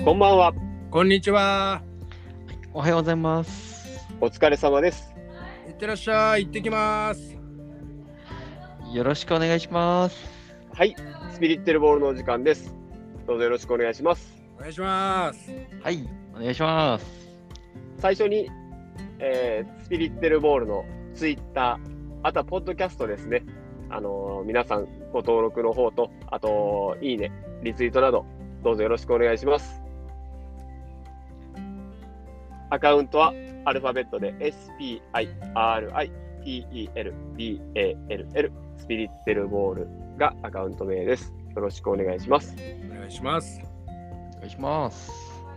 こんばんは。 こんにちは。 おはようございます。 お疲れ様です。 いってらっしゃい。行ってきます。 よろしくお願いします。 はい、スピリッテルボールのお時間です。どうぞよろしくお願いします。 お願いします。 はい、お願いします。 最初に、スピリッテルボールのツイッター、あとはポッドキャストですね。皆さんご登録の方と、あといいね、リツイートなどどうぞよろしくお願いします。アカウントはアルファベットで SPIRITELBALL スピリッテルボールがアカウント名です。よろしくお願いします。 お願いします。 お願いします。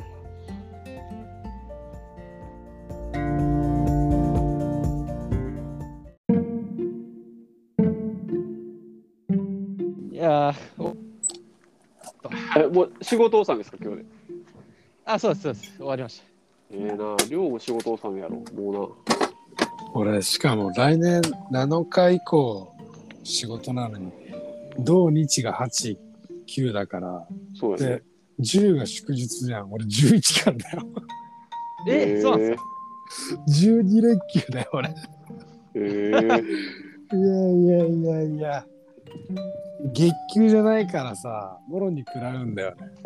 いやもう仕事納めですか今日で。 そうです、終わりました。 量も仕事納めやろもうな。 俺しかも来年7日以降仕事なのに、土日が8、9だから、 そうやね。 で10が祝日じゃん。俺11からだよ。 そうなんですか。 12連休だよ俺。いや。月給じゃないからさ、もろに食らうんだよね。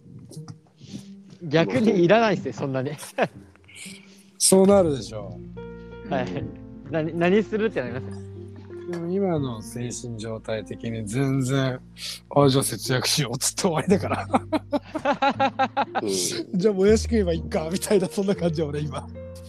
逆にいらないですね、そんなに。 そうなるでしょはい。何するってなります。 でも今の精神状態的に全然、じゃあ節約しようっつって終わりだから。じゃあもやし食えばいいかみたいな、そんな感じ俺今。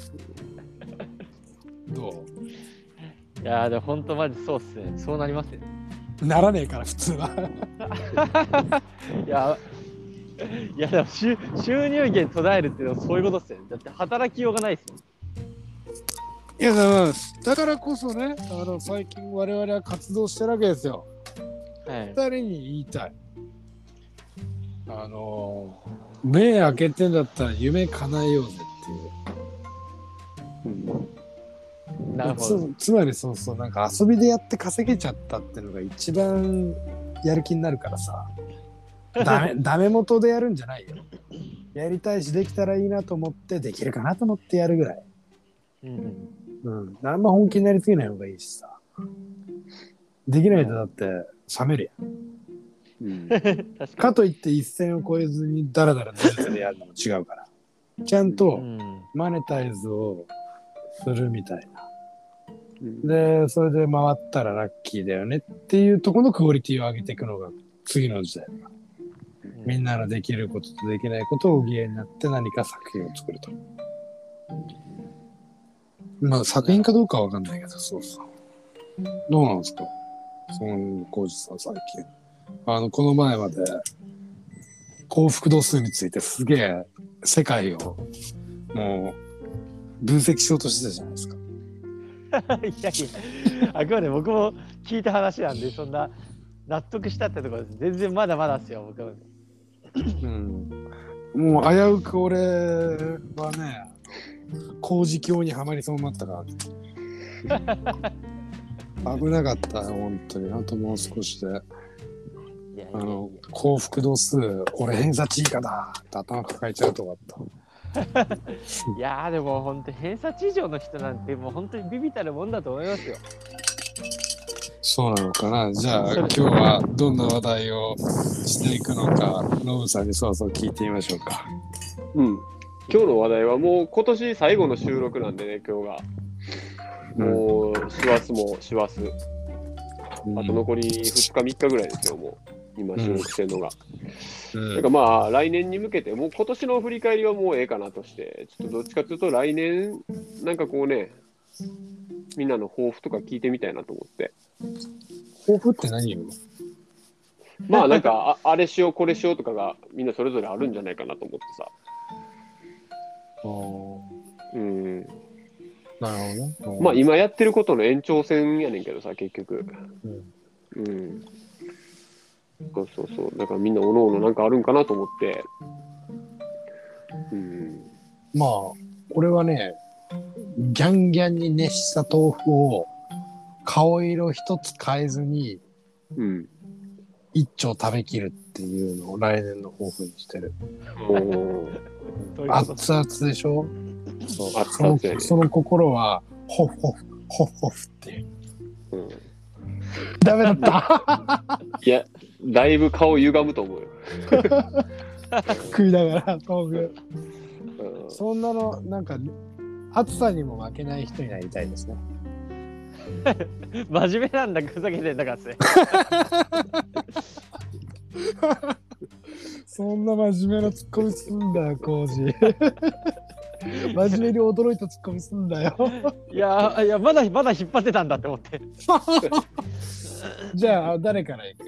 どいやでも本当マジそうっすね。そうなりますよ。 うならねえから普通は。 いやでも収入源途絶えるっていうのはそういうことっすよね。だって働きようがないっすよ。 いやだからこそね、最近我々は活動してるわけですよ。 はい。 二人に言いたい。目開けてんだったら夢叶えようぜっていう。 なるほど。 つまりそうなんか遊びでやって稼げちゃったっていうのが一番やる気になるからさ。ダメ元でやるんじゃないよ。やりたいしできたらいいなと思ってできるかなと思ってやるぐらい。あんま本気になりすぎない方がいいしさ。できないとだって冷めるやん。かといって一線を越えずにダラダラずるでやるのも違うから。ちゃんとマネタイズをするみたいな。で、それで回ったらラッキーだよねっていうところのクオリティを上げていくのが次の時代。みんなのできることとできないことを議論になって何か作品を作ると。まあ作品かどうかはわかんないけど、そう。どうなんですかその浩二さん最近。この前まで幸福度数についてすげえ世界をもう分析しようとしてたじゃないですか。 いやあくまで僕も聞いた話なんで、そんな納得したってところです。全然まだまだですよ、僕は。 もう危うく俺はね、工事教にはまりそうになったから危なかったよ本当に。あともう少しで幸福度数俺偏差値以下だって頭抱えちゃうとこだった。 いやでも本当に偏差値以上の人なんてもう本当にビビたるもんだと思いますよ。 そうなのかな。じゃあ今日はどんな話題をしていくのか、ノブさんにそう聞いてみましょうか。 今日の話題はもう今年最後の収録なんでね、今日が。もう師走も師走。あと残り2日3日ぐらいですよ、もう今収録してるのが。だからまあ来年に向けて、もう今年の振り返りはもうええかなとして、ちょっとどっちかというと来年、なんかこうね、みんなの抱負とか聞いてみたいなと思って。 抱負って何よ。 まあなんかあれしようこれしようとかがみんなそれぞれあるんじゃないかなと思ってさ。 なるほどね。 まあ今やってることの延長線やねんけどさ、結局。そうだからみんなおのおのなんかあるんかなと思って。 まあ俺はね、ギャンギャンに熱した豆腐を顔色一つ変えずに一丁食べきるっていうのを来年の抱負にしてる。熱々でしょ。そう熱々やね。 その心はホフホフホフホフっていう。ダメだった。 いや、だいぶ顔歪むと思うよ。 食いながら豆腐。そんなのなんか暑さにも負けない人になりたいですね。 真面目なんだ、ふざけてんだからね。 そんな真面目なツッコミすんだよ、コウジ。真面目に驚いたツッコミすんだよ。 いや、まだ引っ張ってたんだって思って。 じゃあ、誰から行く？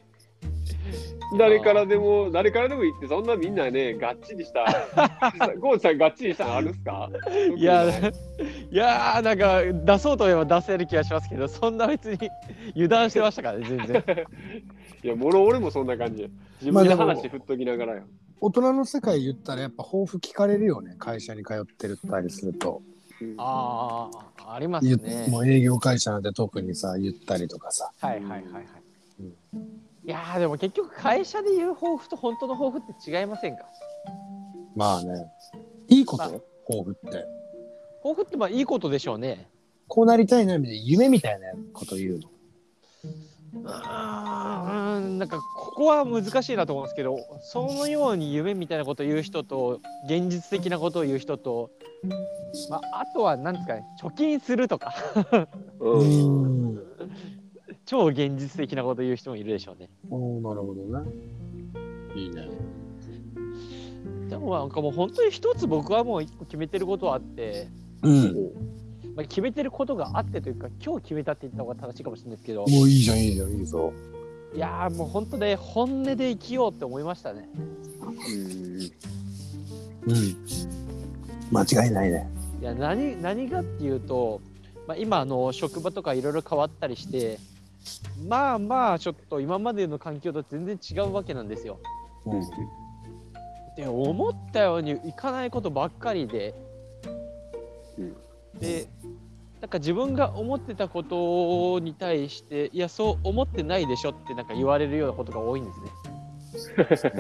誰からでもいいって、そんなみんなね、がっちりした。ゴージさん、がっちりしたのあるんすか？ いや、なんか出そうと思えば出せる気がしますけど、そんな別に油断してましたからね、全然。 いや、俺もそんな感じ。自分で話振っときながらよ。 大人の世界言ったらやっぱ抱負聞かれるよね、会社に通ってるったりすると。 ありますね。 もう営業会社なんて特にさ、言ったりとかさ。 はい。いやでも結局会社で言う抱負と本当の抱負って違いませんか？ まあね。いいこと、抱負って。 抱負ってまあいいことでしょうね。 こうなりたいなみたいな夢みたいなこと言うの。 なんかここは難しいなと思うんですけど、そのように夢みたいなことを言う人と現実的なことを言う人と、あとは何ですかね、貯金するとか超現実的なことを言う人もいるでしょうね。 なるほどね。いいね。 でもなんかもう本当に一つ僕はもう一個決めてることはあって、決めてることがあってというか、今日決めたって言った方が正しいかもしれないですけど。 もういいじゃん、いいぞ。 いやもう本当ね、本音で生きようって思いましたね。 間違いないね。 いや、何がっていうと、今職場とかいろいろ変わったりして、ちょっと今までの環境と全然違うわけなんですよ。で、思ったようにいかないことばっかりで、でなんか自分が思ってたことに対して、いやそう思ってないでしょってなんか言われるようなことが多いんですね。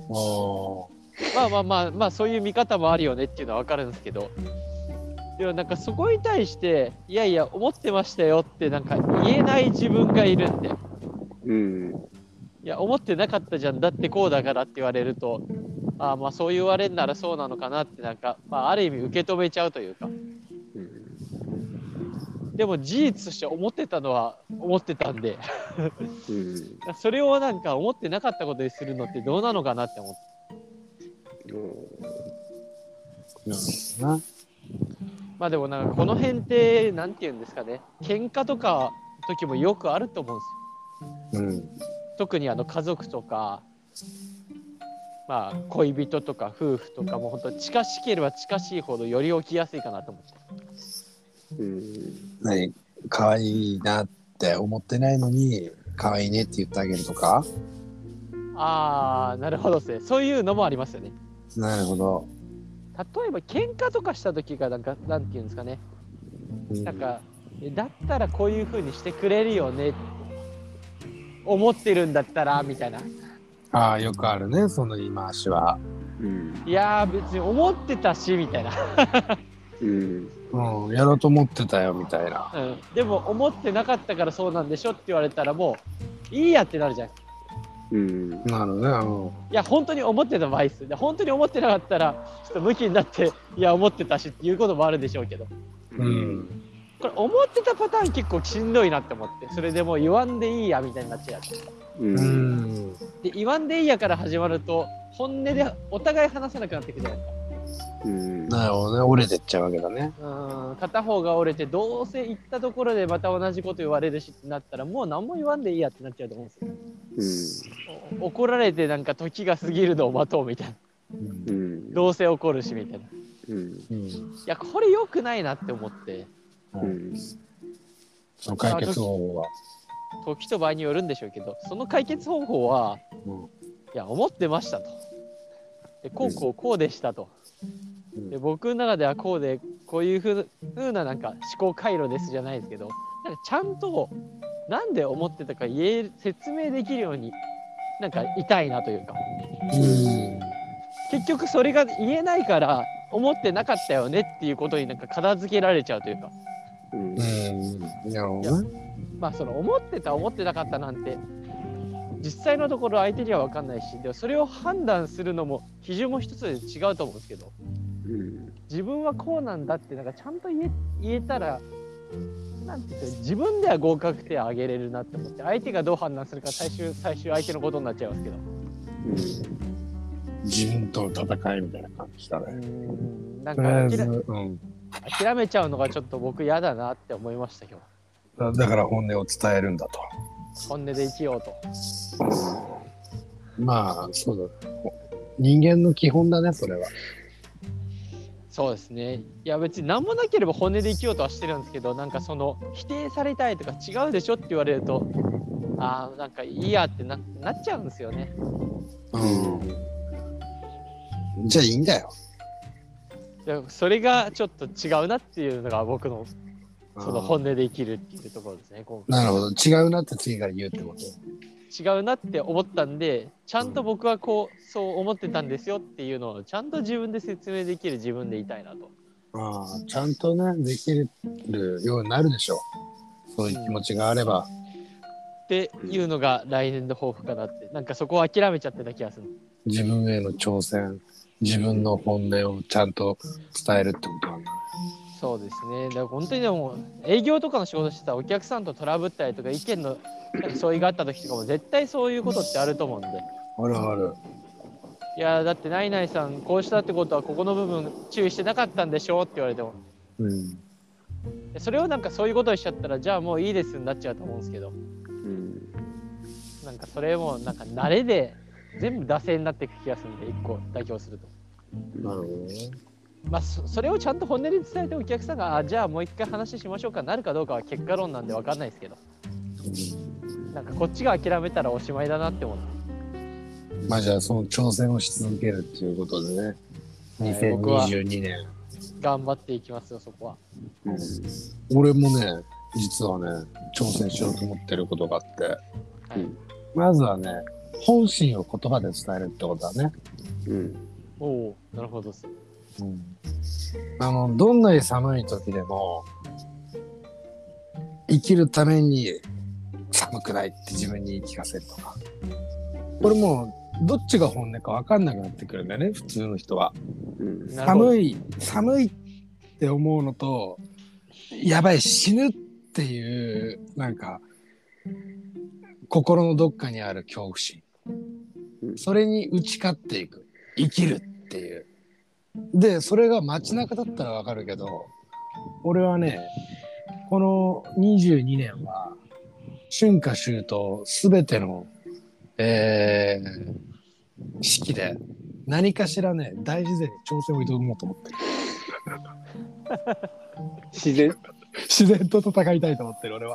そういう見方もあるよねっていうのは分かるんですけど、でもなんかそこに対していや思ってましたよってなんか言えない自分がいるんで、いや思ってなかったじゃん、だってこうだからって言われると、そう言われるならそうなのかなってなんか、ある意味受け止めちゃうというか。でも事実として思ってたのは思ってたんでそれをなんか思ってなかったことにするのってどうなのかなって思って。でもなんかこの辺ってなんて言うんですかね、喧嘩とか時もよくあると思うんですよ。特に家族とか恋人とか夫婦とかも本当近しければ近しいほどより起きやすいかなと思って。 可愛いなって思ってないのに可愛いねって言ってあげるとか。 なるほどですね。そういうのもありますよね。 なるほど。 例えば喧嘩とかした時がなんていうんですかね、なんかだったらこういう風にしてくれるよねって思ってるんだったらみたいな。 よくあるね、その言い回しは。 いや別に思ってたしみたいなやろうと思ってたよみたいな、 でも思ってなかったからそうなんでしょって言われたらもういいやってなるじゃん。 なるね。 いや本当に思ってた場合です。本当に思ってなかったらちょっとムキになっていや思ってたしっていうこともあるでしょうけど、これ思ってたパターン結構しんどいなって思って、それでもう言わんでいいやみたいになっちゃう。で言わんでいいやから始まると本音でお互い話さなくなってくるじゃないですか。 なるほどね、折れてっちゃうわけだね。 片方が折れてどうせ言ったところでまた同じこと言われるしってなったらもう何も言わんでいいやってなっちゃうと思うんですよ。怒られてなんか時が過ぎるのを待とうみたいな、どうせ怒るしみたいな、いやこれ良くないなって思って、 その解決方法は時と場合によるんでしょうけど、その解決方法は、いや思ってましたと、でこうでしたと、で僕の中ではこうでこういう風ななんか思考回路ですじゃないですけど、なんかちゃんとなんで思ってたか説明できるようになんか痛いなというか、結局それが言えないから思ってなかったよねっていうことになんか片付けられちゃうというか、まあその思ってた思ってなかったなんて実際のところ相手には分かんないし、でもそれを判断するのも基準も一つで違うと思うんですけど、自分はこうなんだってなんかちゃんと言えたら、なんていうか自分では合格点上げれるなって思って、相手がどう判断するか最終相手のことになっちゃいますけど、 自分との戦いみたいな感じだね。 なんか諦めちゃうのがちょっと僕嫌だなって思いました今日。だから本音を伝えるんだと。 本音で生きようと。 まあそうだね。人間の基本だねそれは。 そうですね。いや別に何もなければ本音で生きようとはしてるんですけど、なんかその否定されたいとか違うでしょって言われると、なんかいいやって なっちゃうんですよね。 じゃあいいんだよ。 いやそれがちょっと違うなっていうのが僕のその本音で生きるっていうところですね。 なるほど。違うなって次から言うってこと。 違うなって思ったんで、ちゃんと僕はそう思ってたんですよっていうのをちゃんと自分で説明できる自分でいたいなと。 ちゃんとねできるようになるでしょう。そういう気持ちがあれば。 っていうのが来年の抱負かなって、なんかそこを諦めちゃってた気がする。 自分への挑戦、自分の本音をちゃんと伝えるってことなんだね。 そうですね。だから本当にでも営業とかの仕事してたらお客さんとトラブったりとか意見の相違があった時とかも絶対そういうことってあると思うんで。 あるある。 いやだってナイナイさんこうしたってことはここの部分注意してなかったんでしょって言われても、それをなんかそういうことにしちゃったらじゃあもういいですになっちゃうと思うんですけど、なんかそれもなんか慣れで全部惰性になっていく気がするんで、一個代表すると。 なるほどね。 まあそれをちゃんと本音で伝えてお客さんがじゃあもう一回話しましょうかなるかどうかは結果論なんで分かんないですけど、なんかこっちが諦めたらおしまいだなって思う。 まあじゃあその挑戦をし続けるっていうことでね、2022年頑張っていきますよそこは。 俺もね実はね挑戦しようと思ってることがあって、まずはね本心を言葉で伝えるってことだね。 おお、なるほどです。 どんなに寒い時でも生きるために寒くないって自分に言い聞かせるとか、これもうどっちが本音か分かんなくなってくるんだよね普通の人は。寒いって思うのとやばい死ぬっていうなんか心のどっかにある恐怖心、それに打ち勝っていく生きるっていう。でそれが街中だったらわかるけど、俺はねこの22年は春夏秋冬すべての四季で何かしらね大自然に挑戦を挑もうと思ってる。自然と戦いたいと思ってる俺は。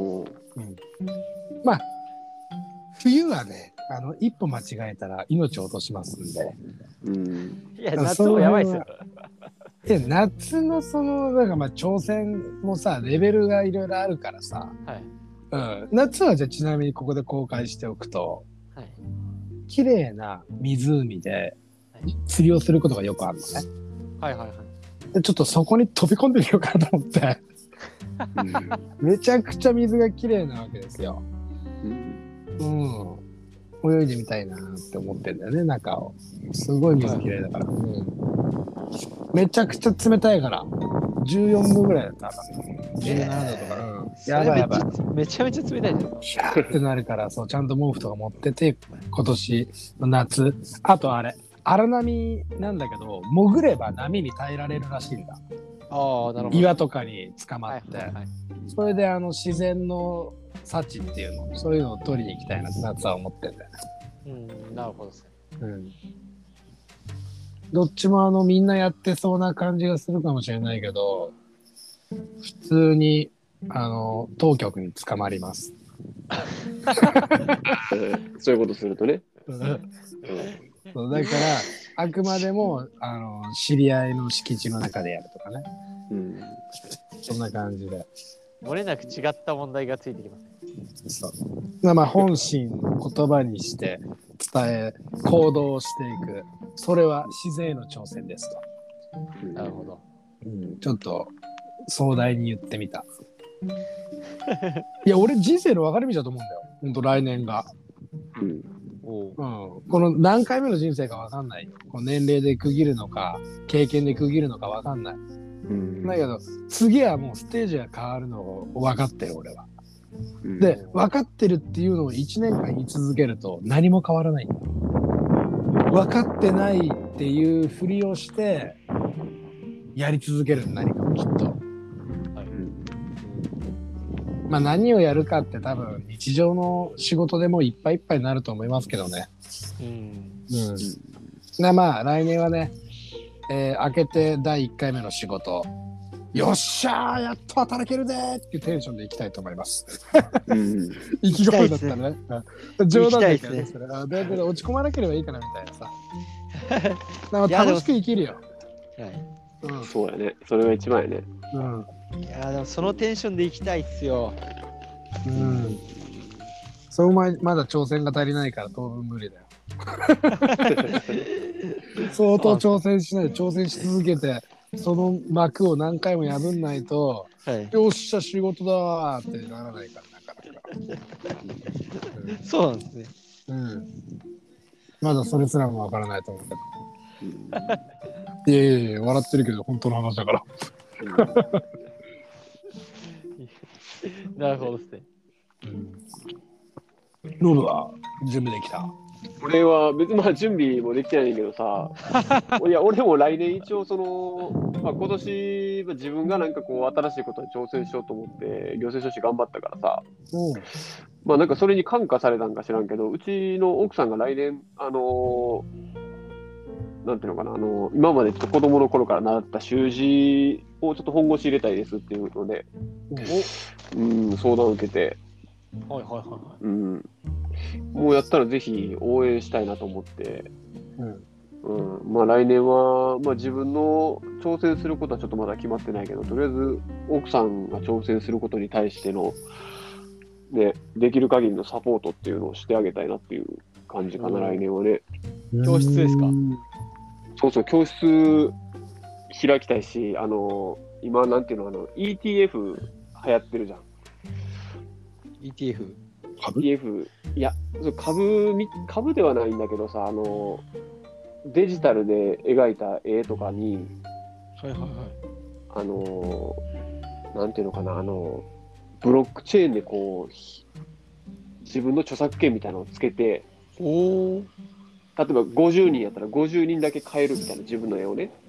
まあ冬はね一歩間違えたら命を落としますんで。 いや夏もやばいっすよ。 いや夏のなんかまあ挑戦もさレベルがいろいろあるからさ、夏はじゃあちなみにここで公開しておくと、綺麗な湖で釣りをすることがよくあるのね。でちょっとそこに飛び込んでみようかなと思ってめちゃくちゃ水が綺麗なわけですよ。泳いでみたいなって思ってんだよね中を。すごい水綺麗だから、めちゃくちゃ冷たいから14度ぐらいだったから17度とか、やばいやばいめちゃめちゃ冷たいじゃん。 シャーってなるからそうちゃんと毛布とか持ってて今年の夏、あと荒波なんだけど潜れば波に耐えられるらしいんだ。 なるほど。 岩とかに捕まって、それで自然の幸っていうのそういうのを取りに行きたいなって夏は思ってんだよね。 なるほどですね。 どっちもみんなやってそうな感じがするかもしれないけど、普通に当局に捕まります。 そういうことするとね。 そうだからあくまでも知り合いの敷地の中でやるとかね。そんな感じで。 漏れなく違った問題がついてきます。 そう。まあ本心を言葉にして伝え行動していく。それは自然への挑戦ですと。 なるほど。 ちょっと壮大に言ってみた。いや俺人生の分かれ道だと思うんだよ。本当来年が。この何回目の人生か分かんないよ。この年齢で区切るのか経験で区切るのか分かんない。だけど次はもうステージが変わるのを分かってる俺は。で分かってるっていうのを1年間言い続けると何も変わらない。分かってないっていうふりをしてやり続ける何かをきっと。まあ何をやるかって多分日常の仕事でもいっぱいいっぱいになると思いますけどね。まあ来年はね、明けて第1回目の仕事、よっしゃーやっと働けるねーっていうテンションでいきたいと思います。意気込みだったらね。冗談ですね。それだけど落ち込まなければいいかなみたいなさ。楽しく生きるよ。 そうやね。それが一番やね。 いやでもそのテンションでいきたいっすよ。 その前まだ挑戦が足りないから当分無理だよ。相当挑戦しないで挑戦し続けてその幕を何回も破んないと、よっしゃ仕事だーってならないからなかなか。 そうなんですね。 まだそれすらもわからないと思うけど。いや笑ってるけど本当の話だから。 なるほどですね。 ノブは準備できた？ 俺は別に準備もできてないんだけどさ、いや俺も来年一応今年自分がなんかこう新しいことに挑戦しようと思って行政書士頑張ったからさ、なんかそれに感化されたんか知らんけど、うちの奥さんが来年なんていうのかな、今までちょっと子供の頃から習った習字をちょっと本腰入れたいですっていうので、相談を受けて、もうやったらぜひ応援したいなと思って、来年は、自分の挑戦することはちょっとまだ決まってないけど、とりあえず奥さんが挑戦することに対しての、ね、できる限りのサポートっていうのをしてあげたいなっていう感じかな、来年はね。 教室ですか？ そう、教室開きたいし、今なんていうの、ETF 流行ってるじゃん。 ETF？ いや、株ではないんだけどさ、デジタルで描いた絵とかに、なんていうのかな、ブロックチェーンでこう、自分の著作権みたいなのをつけて、例えば50人やったら50人だけ買えるみたいな自分の絵をね。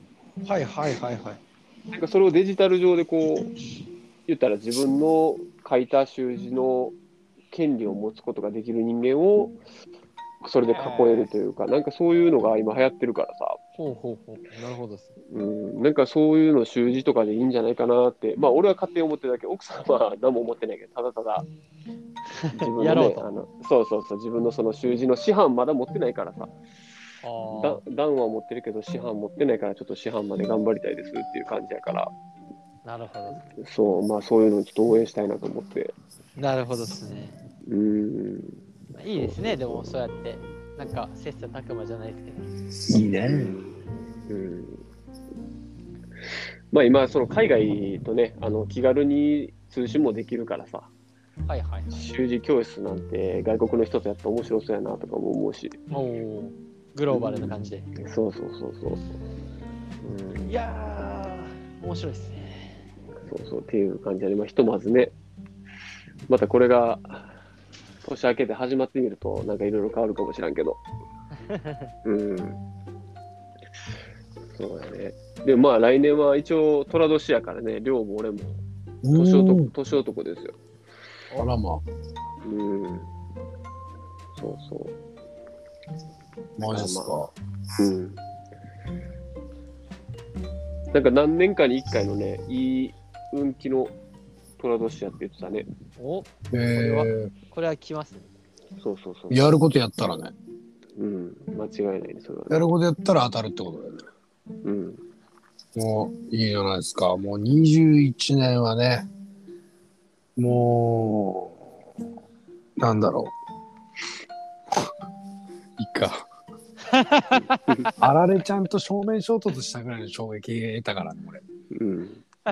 なんかそれをデジタル上でこう、言ったら自分の描いた習字の権利を持つことができる人間をそれで囲えるというか、なんかそういうのが今流行ってるからさ。 なるほどですね。なんかそういうの習字とかでいいんじゃないかなって、俺は勝手に思ってるだけ、奥さんは何も思ってないけど、ただただ自分のね、自分のその習字の師範まだ持ってないからさ。段は持ってるけど師範持ってないから、ちょっと師範まで頑張りたいですっていう感じやから。 なるほど。 そういうのをちょっと応援したいなと思って。 なるほどですね。いいですね、でもそうやって、なんか切磋琢磨じゃないですけど。 いいね。 今、その海外とね、気軽に通信もできるからさ。習字教室なんて外国の人とやったら面白そうやなとかも思うし。 グローバルな感じで。 そう。 いやー、面白いですね。 そうっていう感じで、ひとまずね、またこれが年明けて始まってみると、なんかいろいろ変わるかもしれんけど。そうだね。で来年は一応寅年やからね、亮も俺も年男ですよ。 あらまあ。 そう。 マジっすか。 なんか何年かに1回のね、いい運気の寅年やって言ってたね。 これは来ますね。 そう。 やることやったらね。 間違いないね、それは、ね。 やることやったら当たるってことだよね。もういいじゃないですか。もう21年はね、もなんだろう。いいか。あられちゃんと正面衝突したぐらいの衝撃が得たからね、これ。 あ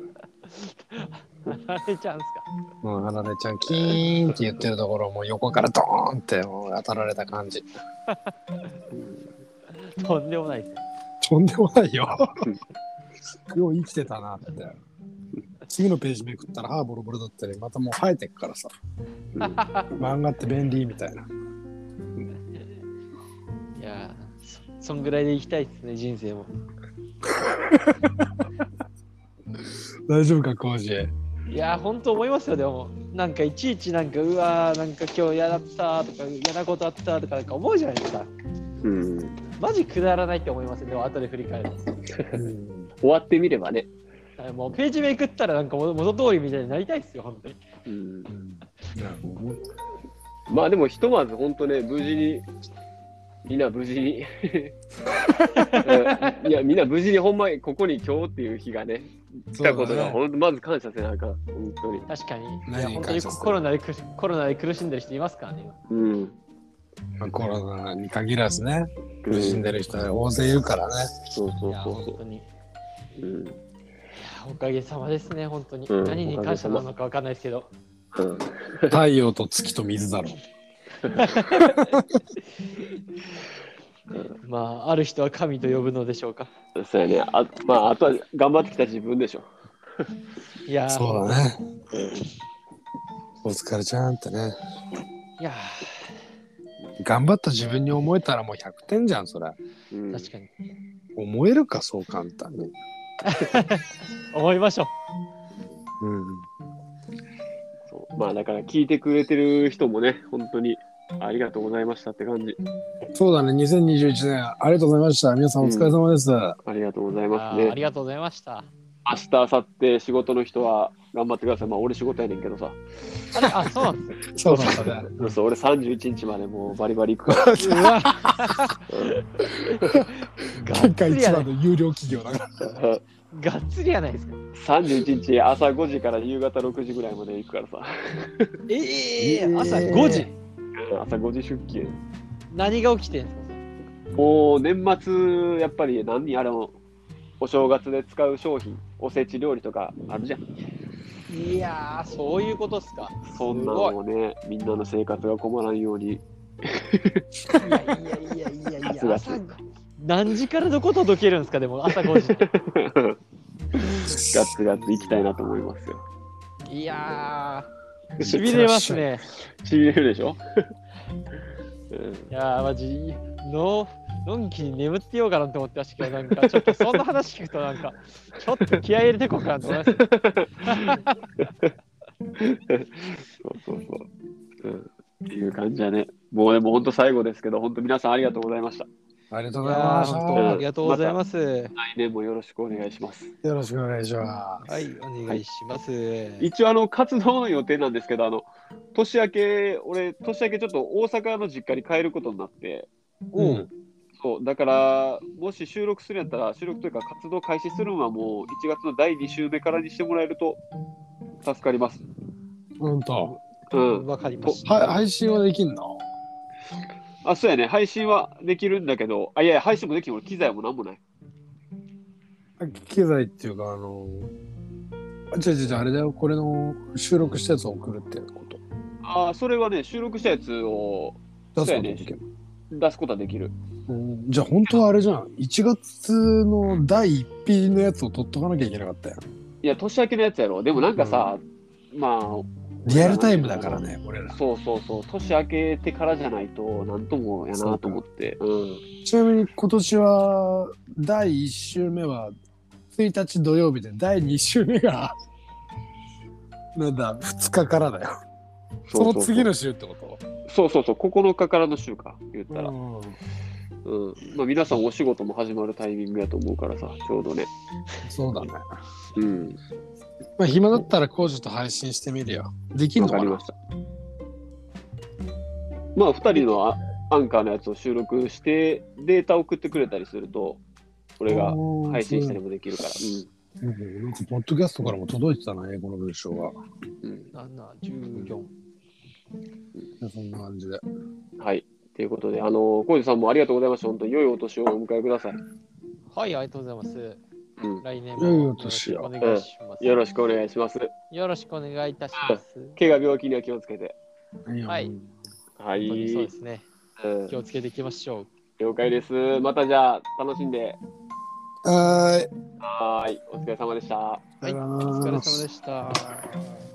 れちゃうんすあられちゃん、キーンって言ってるところも横からドーンって当たられた感じ。 か。とんでもないですね。 とんでもないよ。よう生きてたなって。次のページめくったら歯ボロボロだったり、またもう生えてっからさ。漫画って便利みたいな。 いやそんぐらいで生きたいですね、人生も。 大丈夫か、コージ。 いや本当思いますよ。でもなんかいちいちなんかうわーなんか今日嫌だったとか嫌なことあったとかなんか思うじゃないですか。マジくだらないって思いますね。でも後で振り返ると。 終わってみればね。 もうページめくったらなんか元通りみたいになりたいですよ、本当に。 まあでもひとまず本当ね、無事にみんな無事にいやみんな無事にほんまにここに今日っていう日がね来たことが本当まず感謝せなあかん、本当に。 確かに。いや本当にコロナで苦しんでる人いますからね。 コロナに限らずね、苦しんでる人は大勢いるからね。 そうそうそう本当に。いやおかげさまですね、本当に。何に感謝なのかわかんないですけど。 太陽と月と水だろう。 まあある人は神と呼ぶのでしょうか。 そうやね。まああとは頑張ってきた自分でしょ。 いやそうだね。お疲れちゃんってね。 いや頑張った自分に思えたらもう100点じゃん、それ。 確かに。 思えるか、そう簡単に。 思いましょう。 そうまあだから聞いてくれてる人もね、本当にありがとうございましたって感じ。 そうだね、2021年ありがとうございました。皆さんお疲れ様です。 ありがとうございますね。 ありがとうございました。 明日、明後日仕事の人は頑張ってください。まあ俺仕事やねんけどさ。 そうなんですね。 そうなんだね。 そう俺31日までもうバリバリ行くから。 うわ県下一番の有料企業だから。 がっつりやないですか。 31日朝5時から夕方6時ぐらいまで行くからさ。 朝5時朝5時出勤。 何が起きてんすか。 もう年末やっぱりお正月で使う商品、おせち料理とかあるじゃん。 いやー、そういうことっすか。 そんなのをね、みんなの生活が困らんように。 いや、朝何時からどこ届けるんですか、でも朝5時って。 ガツガツ行きたいなと思いますよ。 いやー、しびれますね。 しびれるでしょいやー、マジ、のんきに眠ってようかなって思ってましたけど、なんかちょっとそんな話聞くとなんか、ちょっと気合い入れてこうかなと思います。 そう。っていう感じだね。もうでも本当最後ですけど、本当皆さんありがとうございました。 ありがとうございました。 ありがとうございます。 来年もよろしくお願いします。 よろしくお願いします。 はい、お願いします。 一応活動の予定なんですけど、年明けちょっと大阪の実家に帰ることになって、そうだからもし収録するんやったら、収録というか活動開始するのはもう1月の第2週目からにしてもらえると助かります。 本当。 わかりました。 配信はできんの？ そうやね、配信はできるんだけど、いや配信もできる、機材もなんもない。 機材っていうか違うあれだよ、これの収録したやつを送るってこと。 それはね、収録したやつを出すことできる。 出すことはできる。 じゃあ本当はあれじゃん、1月の第1日のやつを取っとかなきゃいけなかったよ。 いや、年明けのやつやろ。でもなんかさ、まあリアルタイムだからね、俺ら。 そう。年明けてからじゃないと、なんともやなと思って。 ちなみに今年は、第1週目は、1日土曜日で、第2週目が、2日からだよ。その次の週ってこと？ そう。9日からの週か、言ったら。まあ皆さんお仕事も始まるタイミングやと思うからさ、ちょうどね。 そうだね。まあ暇だったらコウジと配信してみるよ。できんのかな？わかりました。まあ2人のアンカーのやつを収録してデータ送ってくれたりすると、俺が配信したりもできるから。 なんかポッドキャストからも届いてたな、英語の文章が。 7、14。 そんな感じで。 はい。ということで、浩二さんもありがとうございました。本当に良いお年をお迎えください。 はい、ありがとうございます。 うん、 来年良いおもよろし年をくお願いします。 よろしくお願いします。 よろしくお願いいたします。 怪我病気には気をつけて。 はい。 は本当にそうでい。 すね。 うん気をつけていきましょう。 了解です。またじゃあ、楽しんで。 はーい。 はーい。お疲れ様でした。 はい、お疲れ様でした。